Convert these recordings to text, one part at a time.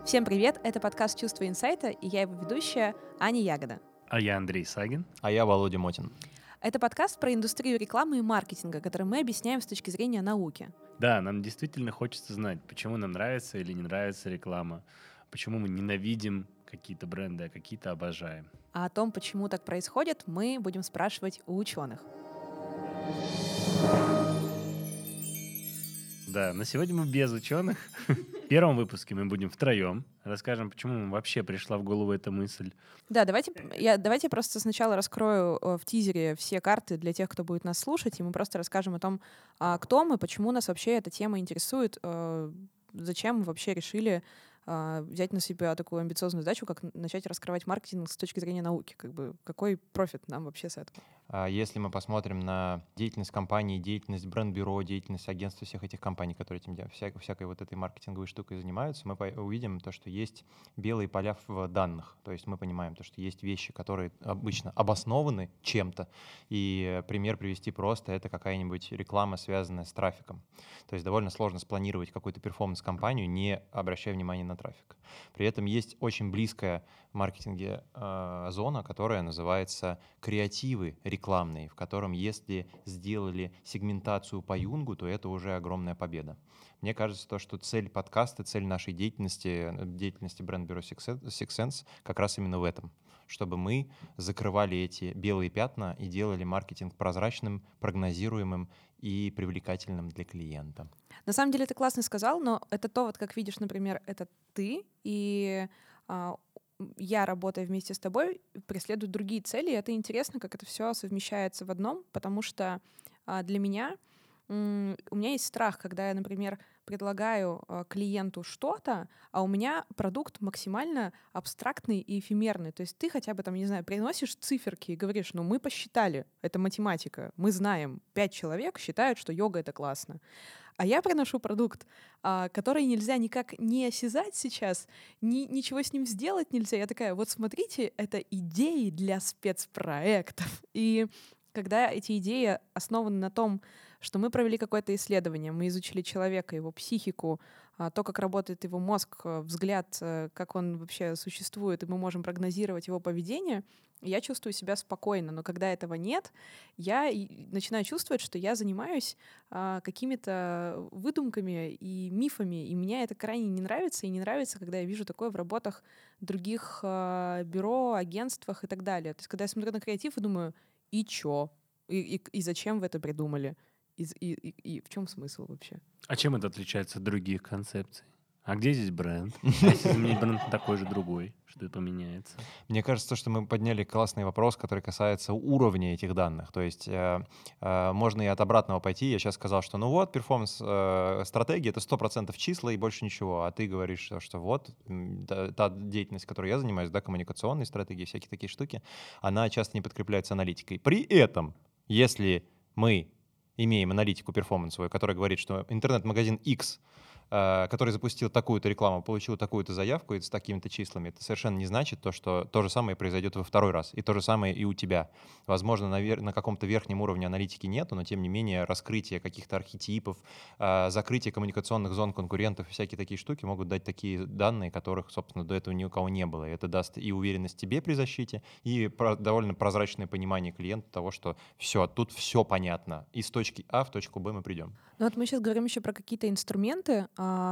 Всем привет! Это подкаст «Чувство инсайта» и я его ведущая Аня Ягода. А я Андрей Сагин. А я Володя Мотин. Это подкаст про индустрию рекламы и маркетинга, который мы объясняем с точки зрения науки. Да, нам действительно хочется знать, почему нам нравится или не нравится реклама, почему мы ненавидим какие-то бренды, а какие-то обожаем. А о том, почему так происходит, мы будем спрашивать у ученых. Да, но сегодня мы без ученых. В первом выпуске мы будем втроем. Расскажем, почему нам вообще пришла в голову эта мысль. Да, давайте я просто сначала раскрою в тизере все карты для тех, кто будет нас слушать, и мы просто расскажем о том, кто мы, почему нас вообще эта тема интересует, зачем мы вообще решили взять на себя такую амбициозную задачу, как начать раскрывать маркетинг с точки зрения науки. Какой профит нам вообще с этого? Если мы посмотрим на деятельность компании, деятельность бренд-бюро, деятельность агентства, всех этих компаний, которые этим всякой вот этой маркетинговой штукой занимаются, мы увидим то, что есть белые поля в данных. То есть мы понимаем то, что есть вещи, которые обычно обоснованы чем-то. И пример привести просто — это какая-нибудь реклама, связанная с трафиком. То есть довольно сложно спланировать какую-то перформанс-компанию, не обращая внимания на трафик. При этом есть очень близкая в маркетинге зона, которая называется креативы рекламные, в котором если сделали сегментацию по Юнгу, то это уже огромная победа. Мне кажется, то, что цель подкаста, цель нашей деятельности бренд-бюро Six Sense как раз именно в этом, чтобы мы закрывали эти белые пятна и делали маркетинг прозрачным, прогнозируемым и привлекательным для клиента. На самом деле ты классно сказал, но это то, вот как видишь, например, это ты, и я, работая вместе с тобой, преследую другие цели, и это интересно, как это все совмещается в одном, потому что для меня у меня есть страх, когда я, например, предлагаю клиенту что-то, а у меня продукт максимально абстрактный и эфемерный. То есть ты хотя бы там, не знаю, приносишь циферки и говоришь, ну мы посчитали, это математика, мы знаем, 5 человек считают, что йога — это классно. А я приношу продукт, который нельзя никак не осязать сейчас, ничего с ним сделать нельзя. Я такая, вот смотрите, это идеи для спецпроектов. И когда эти идеи основаны на том, что мы провели какое-то исследование, мы изучили человека, его психику, то, как работает его мозг, взгляд, как он вообще существует, и мы можем прогнозировать его поведение, я чувствую себя спокойно. Но когда этого нет, я начинаю чувствовать, что я занимаюсь какими-то выдумками и мифами, и мне это крайне не нравится, и не нравится, когда я вижу такое в работах других бюро, агентствах и так далее. То есть когда я смотрю на креатив и думаю, и чё? И зачем вы это придумали? И в чем смысл вообще? А чем это отличается от других концепций? А где здесь бренд? А если заменить бренд на такой же другой, что это поменяется? Мне кажется, что мы подняли классный вопрос, который касается уровня этих данных. То есть можно и от обратного пойти. Я сейчас сказал, что ну вот, перформанс-стратегия — это 100% числа и больше ничего. А ты говоришь, что вот та деятельность, которой я занимаюсь, да, коммуникационные стратегии, всякие такие штуки, она часто не подкрепляется аналитикой. При этом, если мы имеем аналитику перформансовую, которая говорит, что интернет-магазин X, который запустил такую-то рекламу, получил такую-то заявку и с такими-то числами, это совершенно не значит то, что то же самое произойдет во второй раз. И то же самое и у тебя. Возможно, на каком-то верхнем уровне аналитики нету, но тем не менее раскрытие каких-то архетипов, закрытие коммуникационных зон конкурентов, всякие такие штуки могут дать такие данные, которых, собственно, до этого ни у кого не было. И это даст и уверенность тебе при защите, и довольно прозрачное понимание клиента того, что все, тут все понятно. Из точки А в точку Б мы придем. Ну вот мы сейчас говорим еще про какие-то инструменты,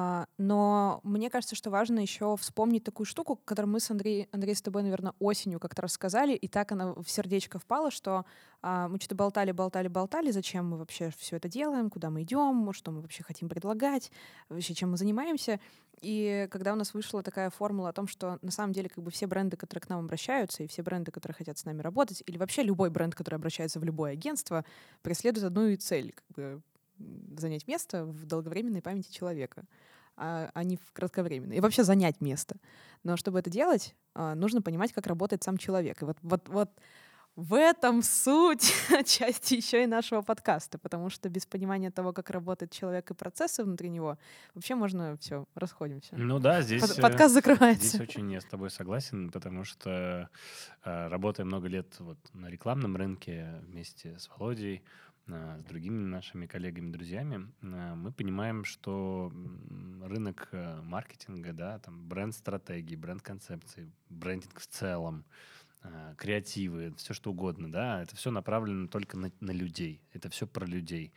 но мне кажется, что важно еще вспомнить такую штуку, которую мы с Андреем с тобой, наверное, осенью как-то рассказали, и так она в сердечко впала, что мы что-то болтали, зачем мы вообще все это делаем, куда мы идем, что мы вообще хотим предлагать, вообще чем мы занимаемся. И когда у нас вышла такая формула о том, что на самом деле как бы все бренды, которые к нам обращаются, и все бренды, которые хотят с нами работать, или вообще любой бренд, который обращается в любое агентство, преследует одну и цель — как бы занять место в долговременной памяти человека, а не в кратковременной. И вообще занять место. Но чтобы это делать, нужно понимать, как работает сам человек. И вот в этом суть отчасти еще и нашего подкаста, потому что без понимания того, как работает человек и процессы внутри него, вообще можно все, расходимся. Ну да, здесь Подкаст закрывается. Здесь очень я с тобой согласен, потому что работая много лет вот на рекламном рынке вместе с Володей, с другими нашими коллегами, друзьями, мы понимаем, что рынок маркетинга, да, там бренд-стратегии, бренд-концепции, брендинг в целом, креативы, все что угодно, да, это все направлено только на людей, это все про людей.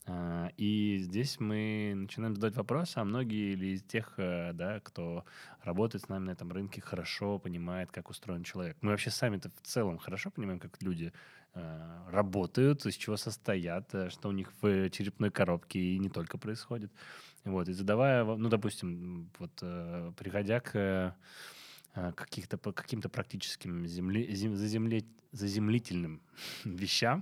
И здесь мы начинаем задать вопрос, а многие ли из тех, да, кто работает с нами на этом рынке, хорошо понимает, как устроен человек. Мы вообще сами-то в целом хорошо понимаем, как люди работают, из чего состоят, что у них в черепной коробке и не только происходит. Вот, и задавая, ну, допустим, вот приходя к каким-то практическим заземлительным вещам,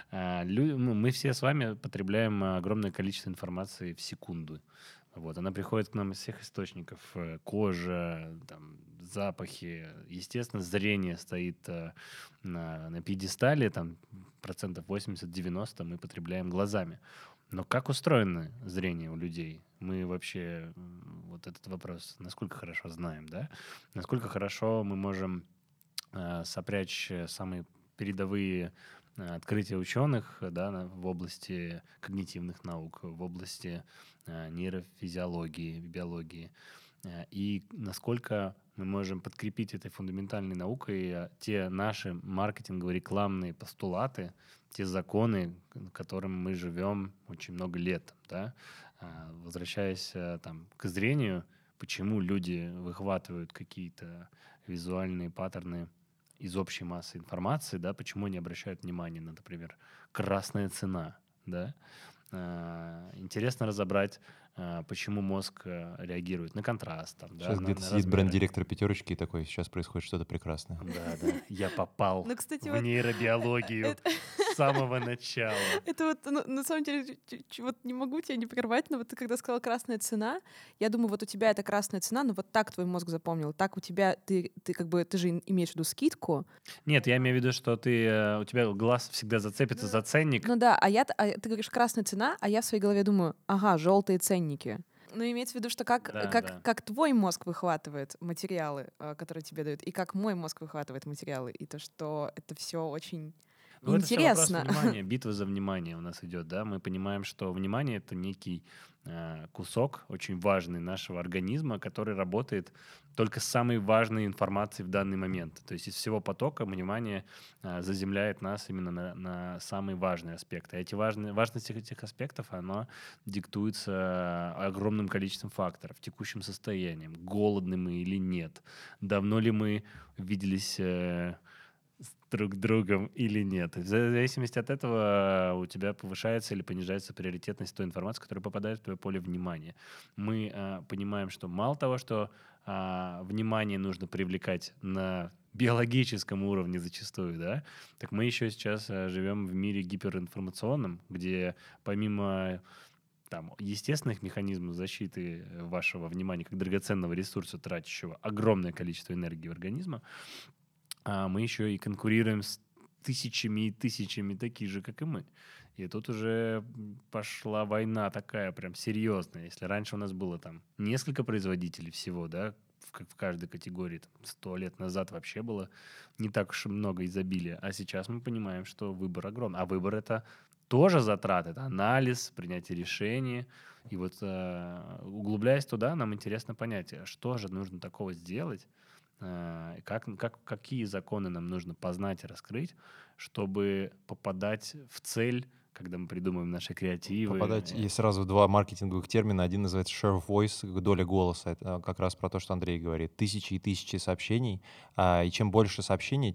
мы все с вами потребляем огромное количество информации в секунду. Вот, она приходит к нам из всех источников. Кожа, там, запахи. Естественно, зрение стоит на пьедестале, там, 80-90% мы потребляем глазами. Но как устроено зрение у людей? Мы вообще вот этот вопрос насколько хорошо знаем, да? Насколько хорошо мы можем сопрячь самые передовые открытия ученых, да, в области когнитивных наук, в области нейрофизиологии, биологии, и насколько мы можем подкрепить этой фундаментальной наукой те наши маркетингово-рекламные постулаты, те законы, которым мы живем очень много лет, да. Возвращаясь там к зрению, почему люди выхватывают какие-то визуальные паттерны из общей массы информации, да, почему они обращают внимание на, например, красная цена, да. Интересно разобрать, почему мозг реагирует на контраст, там, да, Сейчас где-то на сидит размеры. бренд-директор пятерочки и такой, сейчас происходит что-то прекрасное. Да, я попал Ну, кстати, в вот нейробиологию это с самого начала. это вот, ну, на самом деле, вот не могу тебя не прервать, но вот ты когда сказала «красная цена», я думаю, вот у тебя это красная цена, но вот так твой мозг запомнил, так у тебя, ты как бы, ты же имеешь в виду скидку. Нет, я имею в виду, что у тебя глаз всегда зацепится за ценник. Ну да, ты говоришь «красная цена», а я в своей голове думаю, ага, желтые ценники. Ну, имеется в виду, что Да. как твой мозг выхватывает материалы, которые тебе дают, и как мой мозг выхватывает материалы, и то, что это все очень Ну, это все вопрос интересно. внимания, битва за внимание у нас идет, да. Мы понимаем, что внимание — это некий кусок очень важный нашего организма, который работает только с самой важной информацией в данный момент. То есть из всего потока внимание заземляет нас именно на самые важные аспекты. А важность этих аспектов, она диктуется огромным количеством факторов, текущим состоянием, голодны мы или нет, давно ли мы виделись с друг другом или нет. И в зависимости от этого у тебя повышается или понижается приоритетность той информации, которая попадает в твое поле внимания. Мы понимаем, что мало того, что внимание нужно привлекать на биологическом уровне зачастую, да, так мы еще сейчас живем в мире гиперинформационном, где помимо там, естественных механизмов защиты вашего внимания как драгоценного ресурса, тратящего огромное количество энергии в организма, мы еще и конкурируем с тысячами и тысячами таких же, как и мы. И тут уже пошла война такая прям серьезная. Если раньше у нас было там несколько производителей всего, да, в каждой категории, там, 100 лет назад вообще было не так уж и много изобилия. А сейчас мы понимаем, что выбор огромный. А выбор — это тоже затраты, это анализ, принятие решений. И вот углубляясь туда, нам интересно понять, что же нужно такого сделать, какие законы нам нужно познать и раскрыть, чтобы попадать в цель, когда мы придумываем наши креативы. Попадать, есть сразу два маркетинговых термина. Один называется share of voice, доля голоса. Это как раз про то, что Андрей говорит. Тысячи и тысячи сообщений. И чем больше сообщений,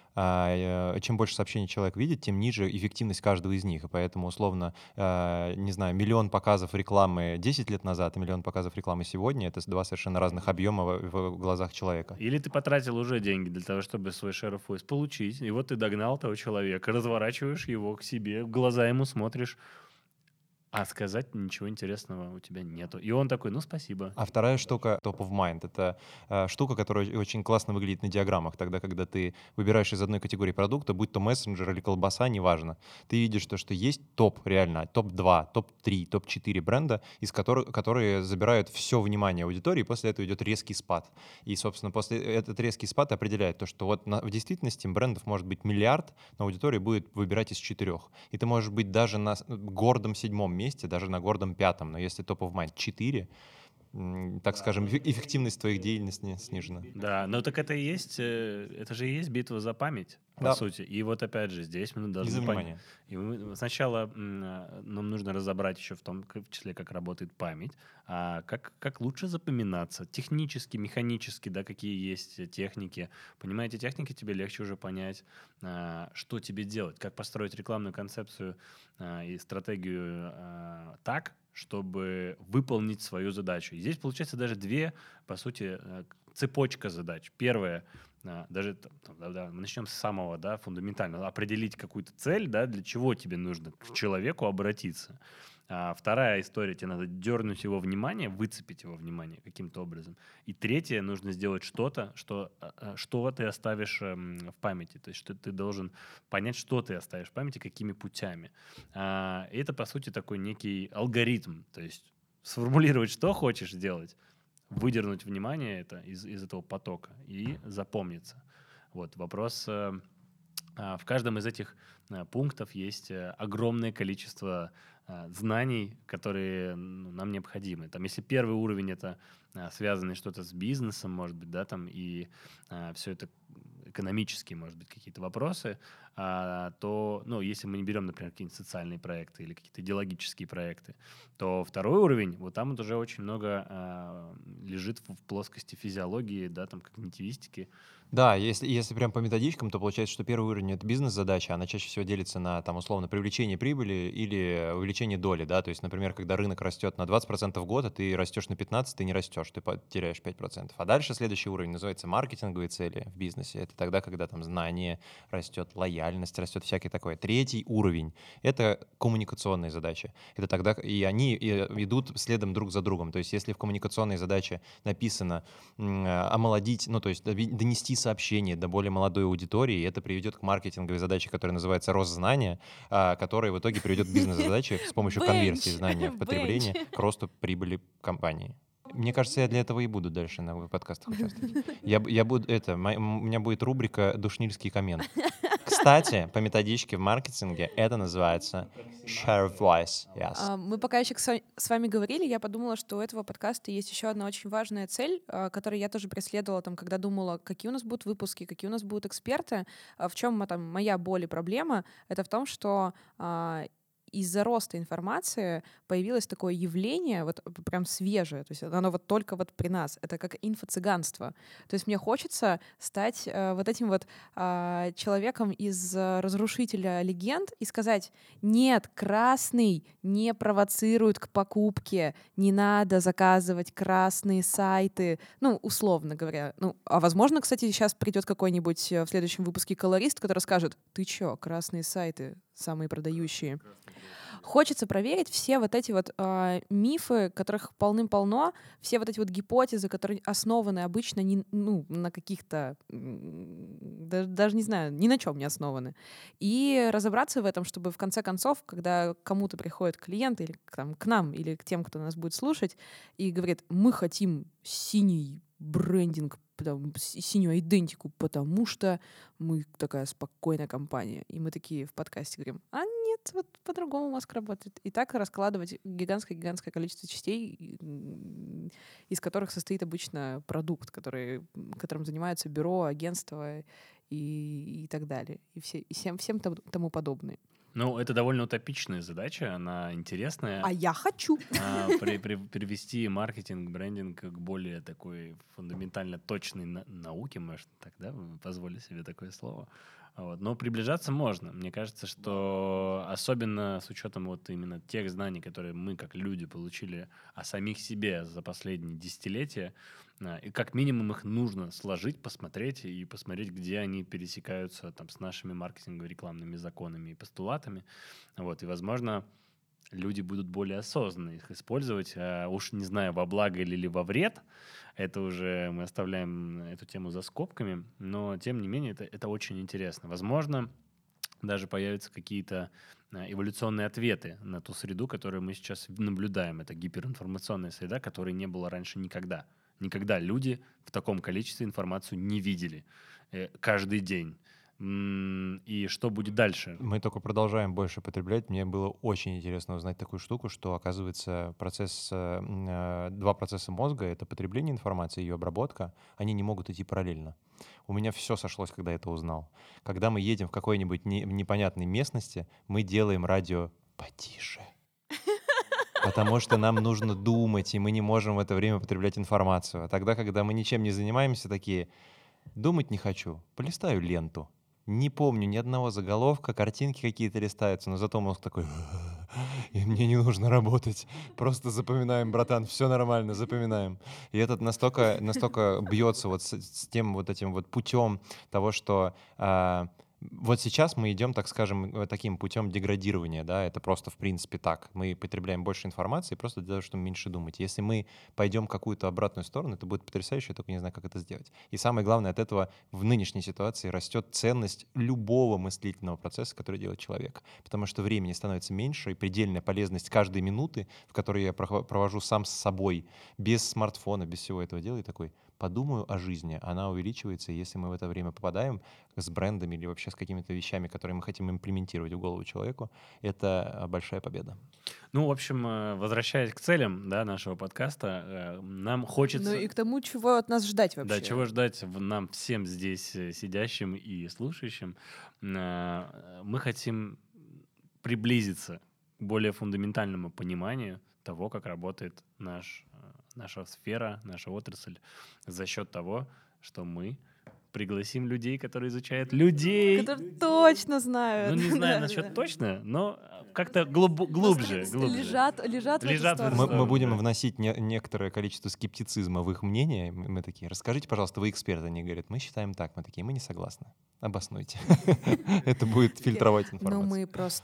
чем больше сообщений человек видит, тем ниже эффективность каждого из них. И поэтому, условно, не знаю, миллион показов рекламы 10 лет назад и миллион показов рекламы сегодня — это два совершенно разных объема в глазах человека. Или ты потратил уже деньги для того, чтобы свой share of voice получить, и вот ты догнал того человека, разворачиваешь его к себе, в глаза ему смотришь. а сказать ничего интересного у тебя нету. И он такой, ну, спасибо. А вторая штука top of mind — это штука, которая очень классно выглядит на диаграммах. Тогда, когда ты выбираешь из одной категории продукта, будь то мессенджер или колбаса, неважно, ты видишь то, что есть топ, реально, топ-2, топ-3, топ-4 бренда, которые забирают все внимание аудитории, и после этого идет резкий спад. И, собственно, после этот резкий спад определяет то, что вот в действительности брендов может быть миллиард, но аудитория будет выбирать из 4. И ты можешь быть даже на гордом 7 месте, даже на гордом 5, но если топ of mind 4, так скажем, эффективность твоих деятельностей снижена. Да, но так это и есть, это же и есть битва за память, по Да. сути. И вот опять же, здесь мы И за должны внимание. сначала нам нужно разобрать еще в том числе, как работает память, а как лучше запоминаться, технически, механически, да, какие есть техники. Понимая эти техники, тебе легче уже понять, что тебе делать, как построить рекламную концепцию и стратегию так, чтобы выполнить свою задачу. И здесь получается даже две, по сути, цепочка задач. Первая, даже мы начнем с самого, да, фундаментального, определить какую-то цель, да, для чего тебе нужно к человеку обратиться. А вторая история, тебе надо дернуть его внимание, выцепить его внимание каким-то образом. И третье, нужно сделать что-то, что ты оставишь в памяти. То есть что ты должен понять, что ты оставишь в памяти, какими путями. И это, по сути, такой некий алгоритм. То есть сформулировать, что хочешь сделать, выдернуть внимание это из этого потока и запомниться. Вот вопрос... В каждом из этих пунктов есть огромное количество знаний, которые нам необходимы. Там, если первый уровень — это связанный что-то с бизнесом, может быть, да, там, и все это экономические, может быть, какие-то вопросы, то, ну, если мы не берем, например, какие-нибудь социальные проекты или какие-то идеологические проекты, то второй уровень, вот там вот уже очень много лежит в плоскости физиологии, да, там, когнитивистики. Да, если прям по методичкам, то получается, что первый уровень — это бизнес-задача, она чаще всего делится на, там, условно, привлечение прибыли или увеличение доли, да, то есть, например, когда рынок растет на 20% в год, а ты растешь на 15%, ты не растешь, ты теряешь 5%. А дальше следующий уровень называется маркетинговые цели в бизнесе. Это тогда, когда там знание растет, лояльность растет, всякий такой. Третий уровень — это коммуникационные задачи. Это тогда, и они идут следом друг за другом. То есть, если в коммуникационной задаче написано омолодить, ну, то есть донести сообщение до более молодой аудитории, и это приведет к маркетинговой задаче, которая называется рост знания, которая в итоге приведет к бизнес-задаче с помощью конверсии знания в потребление к росту прибыли компании. Мне кажется, я для этого и буду дальше на подкастах участвовать. Я буду у меня будет рубрика «Душнильский коммент». Кстати, по методичке в маркетинге это называется share of voice. Yes. Мы пока еще с вами говорили, я подумала, что у этого подкаста есть еще одна очень важная цель, которую я тоже преследовала, там, когда думала, какие у нас будут выпуски, какие у нас будут эксперты. В чем моя боль и проблема? Это в том, что из-за роста информации появилось такое явление, вот прям свежее, то есть оно вот только вот при нас, это как инфо-цыганство. То есть мне хочется стать вот этим вот человеком из разрушителя легенд и сказать: нет, красный не провоцирует к покупке, не надо заказывать красные сайты, ну, условно говоря. Ну, а возможно, кстати, сейчас придет какой-нибудь в следующем выпуске колорист, который скажет: ты чё, красные сайты самые продающие. Хочется проверить все вот эти вот мифы, которых полным-полно, все вот эти вот гипотезы, которые основаны обычно на каких-то, даже не знаю, ни на чем не основаны. И разобраться в этом, чтобы в конце концов, когда кому-то приходит клиент или там, к нам, или к тем, кто нас будет слушать, и говорит: мы хотим синий брендинг, синюю идентику, потому что мы такая спокойная компания. И мы такие в подкасте говорим: а нет, вот по-другому мозг работает. И так раскладывать гигантское количество частей, из которых состоит обычно продукт, которым занимаются бюро, агентства и так далее. И всем тому подобное. Ну, это довольно утопичная задача, она интересная. А я хочу. Привести маркетинг, брендинг к более такой фундаментально точной науке, может, так, да, позволю себе такое слово. Вот. Но приближаться можно. Мне кажется, что особенно с учетом вот именно тех знаний, которые мы как люди получили о самих себе за последние десятилетия, и как минимум их нужно сложить, посмотреть, где они пересекаются там с нашими маркетингово-рекламными законами и постулатами. Вот. И, возможно, люди будут более осознанно их использовать. Уж не знаю, во благо или во вред. Это уже мы оставляем эту тему за скобками. Но, тем не менее, это очень интересно. Возможно, даже появятся какие-то эволюционные ответы на ту среду, которую мы сейчас наблюдаем. Это гиперинформационная среда, которой не было раньше никогда. Никогда люди в таком количестве информацию не видели каждый день. И что будет дальше? Мы только продолжаем больше потреблять. Мне было очень интересно узнать такую штуку, что, оказывается, два процесса мозга — это потребление информации и ее обработка, они не могут идти параллельно. У меня все сошлось, когда я это узнал. Когда мы едем в какой-нибудь непонятной местности, мы делаем радио потише. Потому что нам нужно думать, и мы не можем в это время потреблять информацию. А тогда, когда мы ничем не занимаемся, такие: думать не хочу, полистаю ленту. Не помню ни одного заголовка, картинки какие-то листаются, но зато мозг такой: и мне не нужно работать. Просто запоминаем, братан, все нормально, запоминаем. И этот настолько бьется вот с тем вот этим вот путем того, что вот сейчас мы идем, так скажем, таким путем деградирования, да, это просто в принципе так. Мы потребляем больше информации просто для того, чтобы меньше думать. Если мы пойдем в какую-то обратную сторону, это будет потрясающе, я только не знаю, как это сделать. И самое главное, от этого в нынешней ситуации растет ценность любого мыслительного процесса, который делает человек. Потому что времени становится меньше, и предельная полезность каждой минуты, в которой я провожу сам с собой, без смартфона, без всего этого дела, и такой: подумаю о жизни, она увеличивается, и если мы в это время попадаем с брендами или вообще с какими-то вещами, которые мы хотим имплементировать в голову человеку, это большая победа. Ну, в общем, возвращаясь к целям, да, нашего подкаста, нам хочется... Ну и к тому, чего от нас ждать вообще. Да, чего ждать нам всем здесь сидящим и слушающим. Мы хотим приблизиться к более фундаментальному пониманию того, как работает наша сфера, наша отрасль, за счет того, что мы пригласим людей, которые изучают людей. Которые точно знают. Ну, не знаю насчет точно, но как-то глубже. Лежат в эту сторону. Мы будем вносить некоторое количество скептицизма в их мнение. Мы такие: расскажите, пожалуйста, вы эксперты. Они говорят: мы считаем так. Мы такие: мы не согласны. Обоснуйте. Это будет фильтровать информацию. Ну,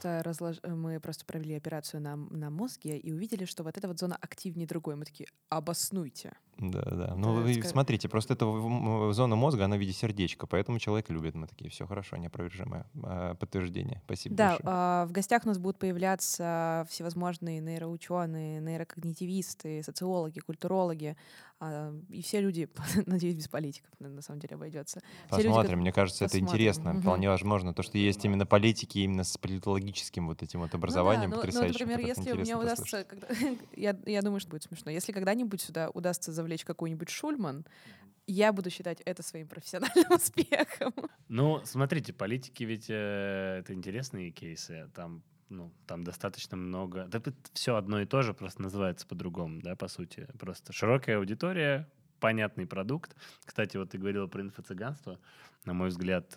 мы просто провели операцию на мозге и увидели, что вот эта вот зона активнее другой. Мы такие: обоснуйте. Да. Ну, вы смотрите, просто эта зона мозга, она в виде сердечка, поэтому человек любит. Мы такие: все хорошо, неопровержимое подтверждение. Спасибо большое. Да, в гостях у нас будут появляться всевозможные нейроученые, нейрокогнитивисты, социологи, культурологи и все люди, надеюсь, без политиков, на самом деле обойдется. Посмотрим, мне кажется, это интересно. Вполне возможно, то, что есть именно политики, именно с политологическим вот этим вот образованием потрясающим. Например, если мне удастся, я думаю, что будет смешно, если когда-нибудь сюда удастся завлечь какой-нибудь Шульман, я буду считать это своим профессиональным успехом. Ну, смотрите, политики ведь это интересные кейсы. Там достаточно много... Да, все одно и то же, просто называется по-другому, да, по сути. Просто широкая аудитория, понятный продукт. Кстати, вот ты говорила про инфо-цыганство. На мой взгляд,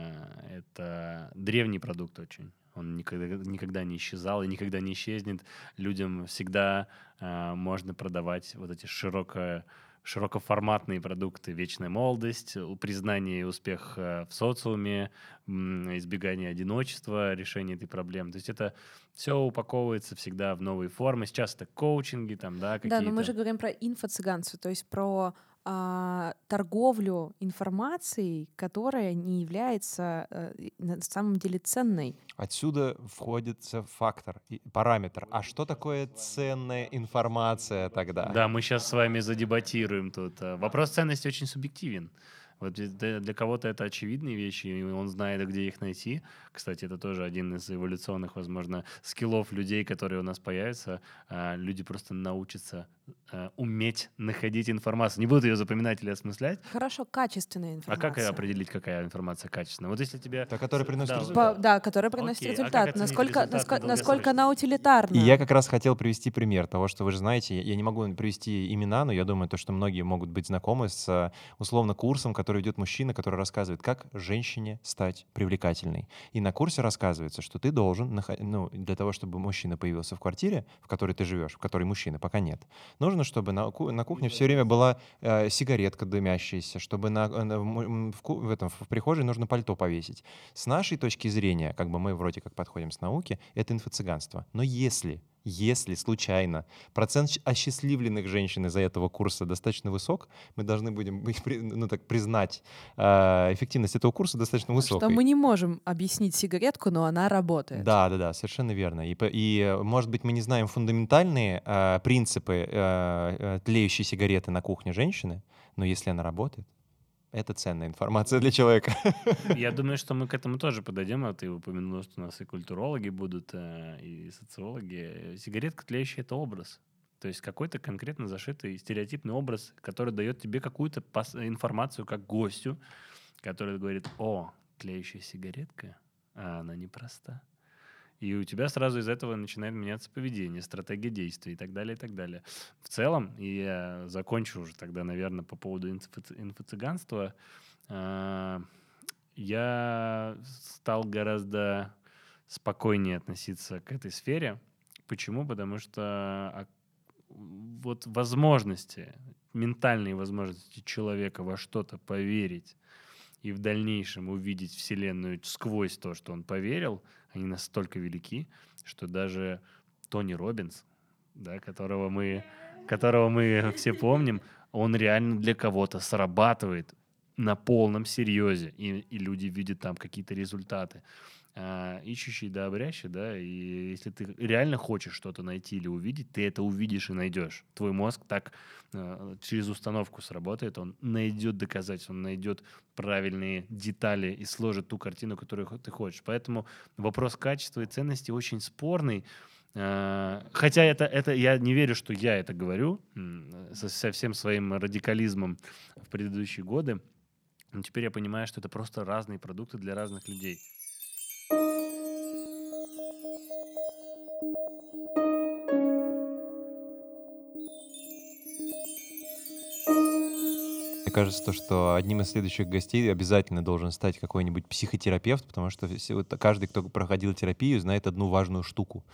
это древний продукт очень. Он никогда не исчезал и никогда не исчезнет. Людям всегда можно продавать вот эти широкоформатные продукты: вечная молодость, признание и успех в социуме, избегание одиночества, решение этой проблемы. То есть это все упаковывается всегда в новые формы. Сейчас это коучинги, там, да, какие-то... Да, но мы же говорим про инфо-цыганство, то есть про торговлю информацией, которая не является на самом деле ценной. Отсюда входит фактор, параметр. А что такое ценная информация тогда? Да, мы сейчас с вами задебатируем тут. Вопрос ценности очень субъективен. Вот для кого-то это очевидные вещи, и он знает, где их найти. Кстати, это тоже один из эволюционных, возможно, скиллов людей, которые у нас появятся. Люди просто научатся уметь находить информацию. Не будут ее запоминать или осмыслять. Хорошо, качественная информация. А как определить, какая информация качественная? Вот если тебе... Та, которая приносит результат. Да, которая приносит результат. Насколько она утилитарна. И я как раз хотел привести пример того, что вы же знаете, я не могу привести имена, но я думаю, что многие могут быть знакомы с условно курсом, который ведет мужчина, который рассказывает, как женщине стать привлекательной. И на курсе рассказывается, что ты должен, для того, чтобы мужчина появился в квартире, в которой ты живешь, в которой мужчины пока нет, нужно, чтобы на кухне все время была сигаретка дымящаяся, чтобы в прихожей нужно пальто повесить. С нашей точки зрения, как бы мы вроде как подходим с науки, это инфо-цыганство. Но если Если случайно процент осчастливленных женщин из-за этого курса достаточно высок, мы должны будем признать эффективность этого курса достаточно Что высокой. мы не можем объяснить сигаретку, но она работает. Да, совершенно верно. Может быть, мы не знаем фундаментальные принципы тлеющей сигареты на кухне женщины, но если она работает, это ценная информация для человека. Я думаю, что мы к этому тоже подойдем. А ты упомянул, что у нас и культурологи будут, и социологи. Сигаретка тлеющая — это образ. То есть какой-то конкретно зашитый стереотипный образ, который дает тебе какую-то информацию как гостю, который говорит: о, тлеющая сигаретка, а она непроста. И у тебя сразу из этого начинает меняться поведение, стратегия действий и так далее, и так далее. В целом, и я закончу уже тогда, наверное, по поводу инфо-цыганства, я стал гораздо спокойнее относиться к этой сфере. Почему? Потому что вот возможности, ментальные возможности человека во что-то поверить и в дальнейшем увидеть Вселенную сквозь то, что он поверил, они настолько велики, что даже Тони Роббинс, да, которого мы все помним, он реально для кого-то срабатывает на полном серьезе, и люди видят там какие-то результаты. Ищущий да обрящий, да, и если ты реально хочешь что-то найти или увидеть, ты это увидишь и найдешь. Твой мозг так через установку сработает, он найдет доказательства, он найдет правильные детали и сложит ту картину, которую ты хочешь. Поэтому вопрос качества и ценности очень спорный. Хотя это я не верю, что я это говорю со всем своим радикализмом в предыдущие годы. Но теперь я понимаю, что это просто разные продукты для разных людей. Мне кажется, что одним из следующих гостей обязательно должен стать какой-нибудь психотерапевт, потому что каждый, кто проходил терапию, знает одну важную штуку.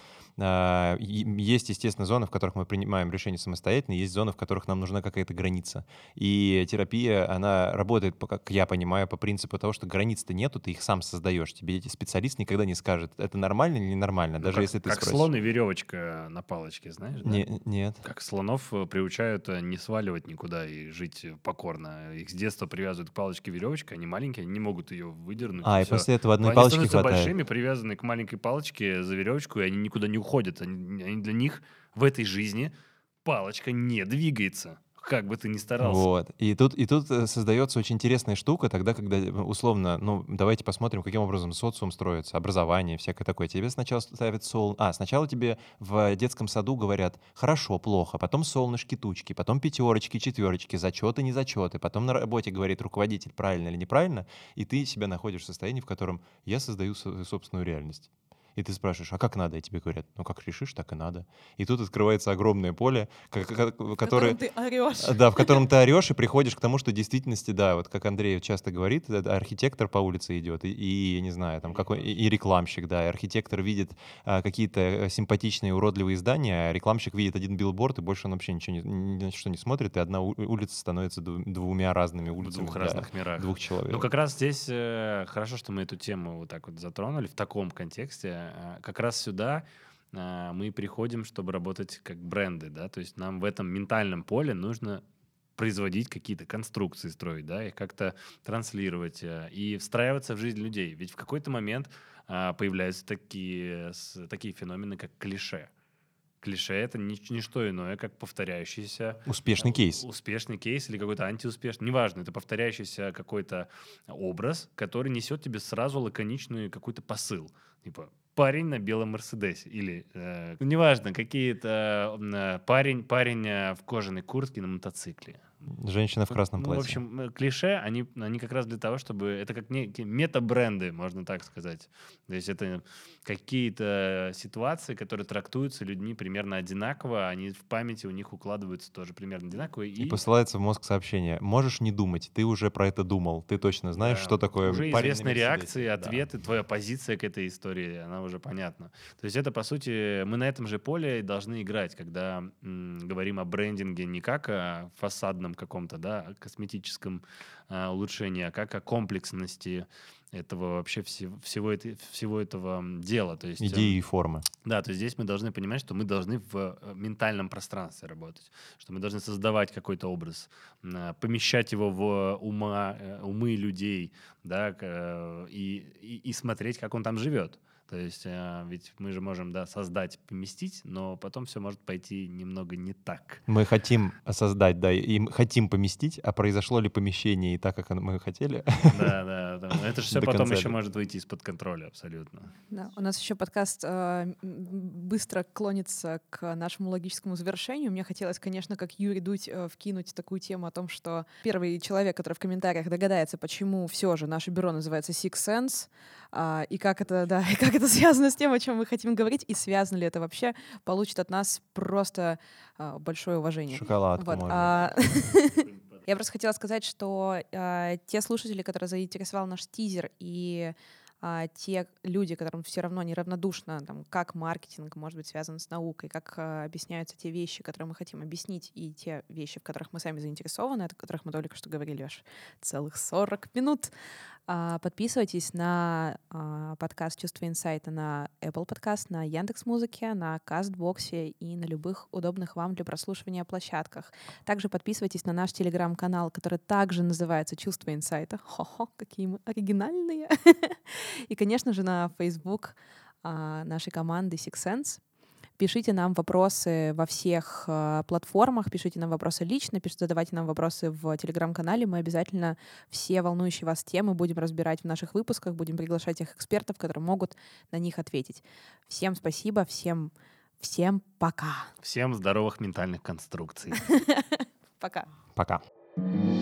Есть, естественно, зоны, в которых мы принимаем решения самостоятельно, есть зоны, в которых нам нужна какая-то граница. И терапия, она работает, как я понимаю, по принципу того, что границ-то нету, ты их сам создаешь. Тебе специалист никогда не скажет, это нормально или ненормально, даже если ты как спросишь. слон и веревочка на палочке, знаешь, да? Нет. Как слонов приучают не сваливать никуда и жить покорно. Их с детства привязывают к палочке веревочкой, они маленькие, они не могут ее выдернуть. И всё. после этого одной Они палочки становятся хватает. большими, привязаны к маленькой палочке за веревочку, и они никуда не уходят. Они для них в этой жизни палочка не двигается, как бы ты ни старался. Вот. И тут создается очень интересная штука тогда, когда, условно, давайте посмотрим, каким образом социум строится, образование, всякое такое. Тебе сначала ставят сначала тебе в детском саду говорят хорошо, плохо, потом солнышки, тучки, потом пятерочки, четверочки, зачеты, не зачеты, потом на работе говорит руководитель правильно или неправильно, и ты себя находишь в состоянии, в котором я создаю свою собственную реальность. И ты спрашиваешь, а как надо? И тебе говорят, как решишь, так и надо. И тут открывается огромное поле, В котором ты орешь. Да, в котором ты орешь и приходишь к тому, что в действительности, да, вот как Андрей часто говорит, архитектор по улице идет, и не знаю, там какой и рекламщик, да, и архитектор видит какие-то симпатичные уродливые здания, а рекламщик видит один билборд, и больше он вообще ничего ни на что не смотрит, и одна улица становится двумя разными улицами. В двух разных мирах. Двух человек. Ну, как раз здесь хорошо, что мы эту тему вот так вот затронули в таком контексте. Как раз сюда мы приходим, чтобы работать как бренды, да, то есть нам в этом ментальном поле нужно производить какие-то конструкции, строить, да, их как-то транслировать и встраиваться в жизнь людей. Ведь в какой-то момент появляются такие феномены, как клише. Клише — это не что иное, как повторяющийся... Успешный кейс. Успешный кейс или какой-то антиуспешный. Неважно, это повторяющийся какой-то образ, который несет тебе сразу лаконичный какой-то посыл. Типа парень на белом Мерседесе. Или, неважно, какие-то парень в кожаной куртке на мотоцикле. Женщина в красном платье. В общем, клише, они как раз для того, чтобы... Это как некие мета-бренды, можно так сказать. То есть это какие-то ситуации, которые трактуются людьми примерно одинаково, они в памяти у них укладываются тоже примерно одинаково. И посылается в мозг сообщение. Можешь не думать, ты уже про это думал, ты точно знаешь, что такое уже парень известны на Мерседесе. реакции, ответы, твоя позиция к этой истории, она уже понятна. То есть это, по сути, мы на этом же поле должны играть, когда говорим о брендинге не как о фасадном каком-то, да, косметическом улучшении, а как о комплексности этого вообще всего этого дела. То есть, Идеи и формы. да, то есть здесь мы должны понимать, что мы должны в ментальном пространстве работать, что мы должны создавать какой-то образ, помещать его в умы людей, да, и смотреть, как он там живет. То есть ведь мы же можем, да, создать, поместить, но потом все может пойти немного не так. Мы хотим создать, да, и хотим поместить, а произошло ли помещение и так, как мы хотели? Да. Это же все До потом конца еще ли. может выйти из-под контроля абсолютно. Да, у нас еще подкаст быстро клонится к нашему логическому завершению. Мне хотелось, конечно, как Юрий Дудь, вкинуть такую тему о том, что первый человек, который в комментариях догадается, почему все же наше бюро называется Six Sense, и как это, да, и как это связано с тем, о чем мы хотим говорить, и связано ли это вообще, получит от нас просто большое уважение. Шоколадку Вот, можно. Я просто хотела сказать, что те слушатели, которые заинтересовал наш тизер, и те люди, которым все равно неравнодушно, там, как маркетинг может быть связан с наукой, как объясняются те вещи, которые мы хотим объяснить, и те вещи, в которых мы сами заинтересованы, о которых мы только что говорили аж целых 40 минут. Подписывайтесь на подкаст «Чувство инсайта» на Apple Podcast, на Яндекс.Музыке, на Кастбоксе и на любых удобных вам для прослушивания площадках. Также подписывайтесь на наш телеграм-канал, который также называется «Чувство инсайта». Хо-хо, какие мы оригинальные. И, конечно же, на Facebook нашей команды Six Sense. Пишите нам вопросы во всех платформах, пишите нам вопросы лично, задавайте нам вопросы в Телеграм-канале. Мы обязательно все волнующие вас темы будем разбирать в наших выпусках, будем приглашать тех экспертов, которые могут на них ответить. Всем спасибо, всем пока. Всем здоровых ментальных конструкций. Пока. Пока.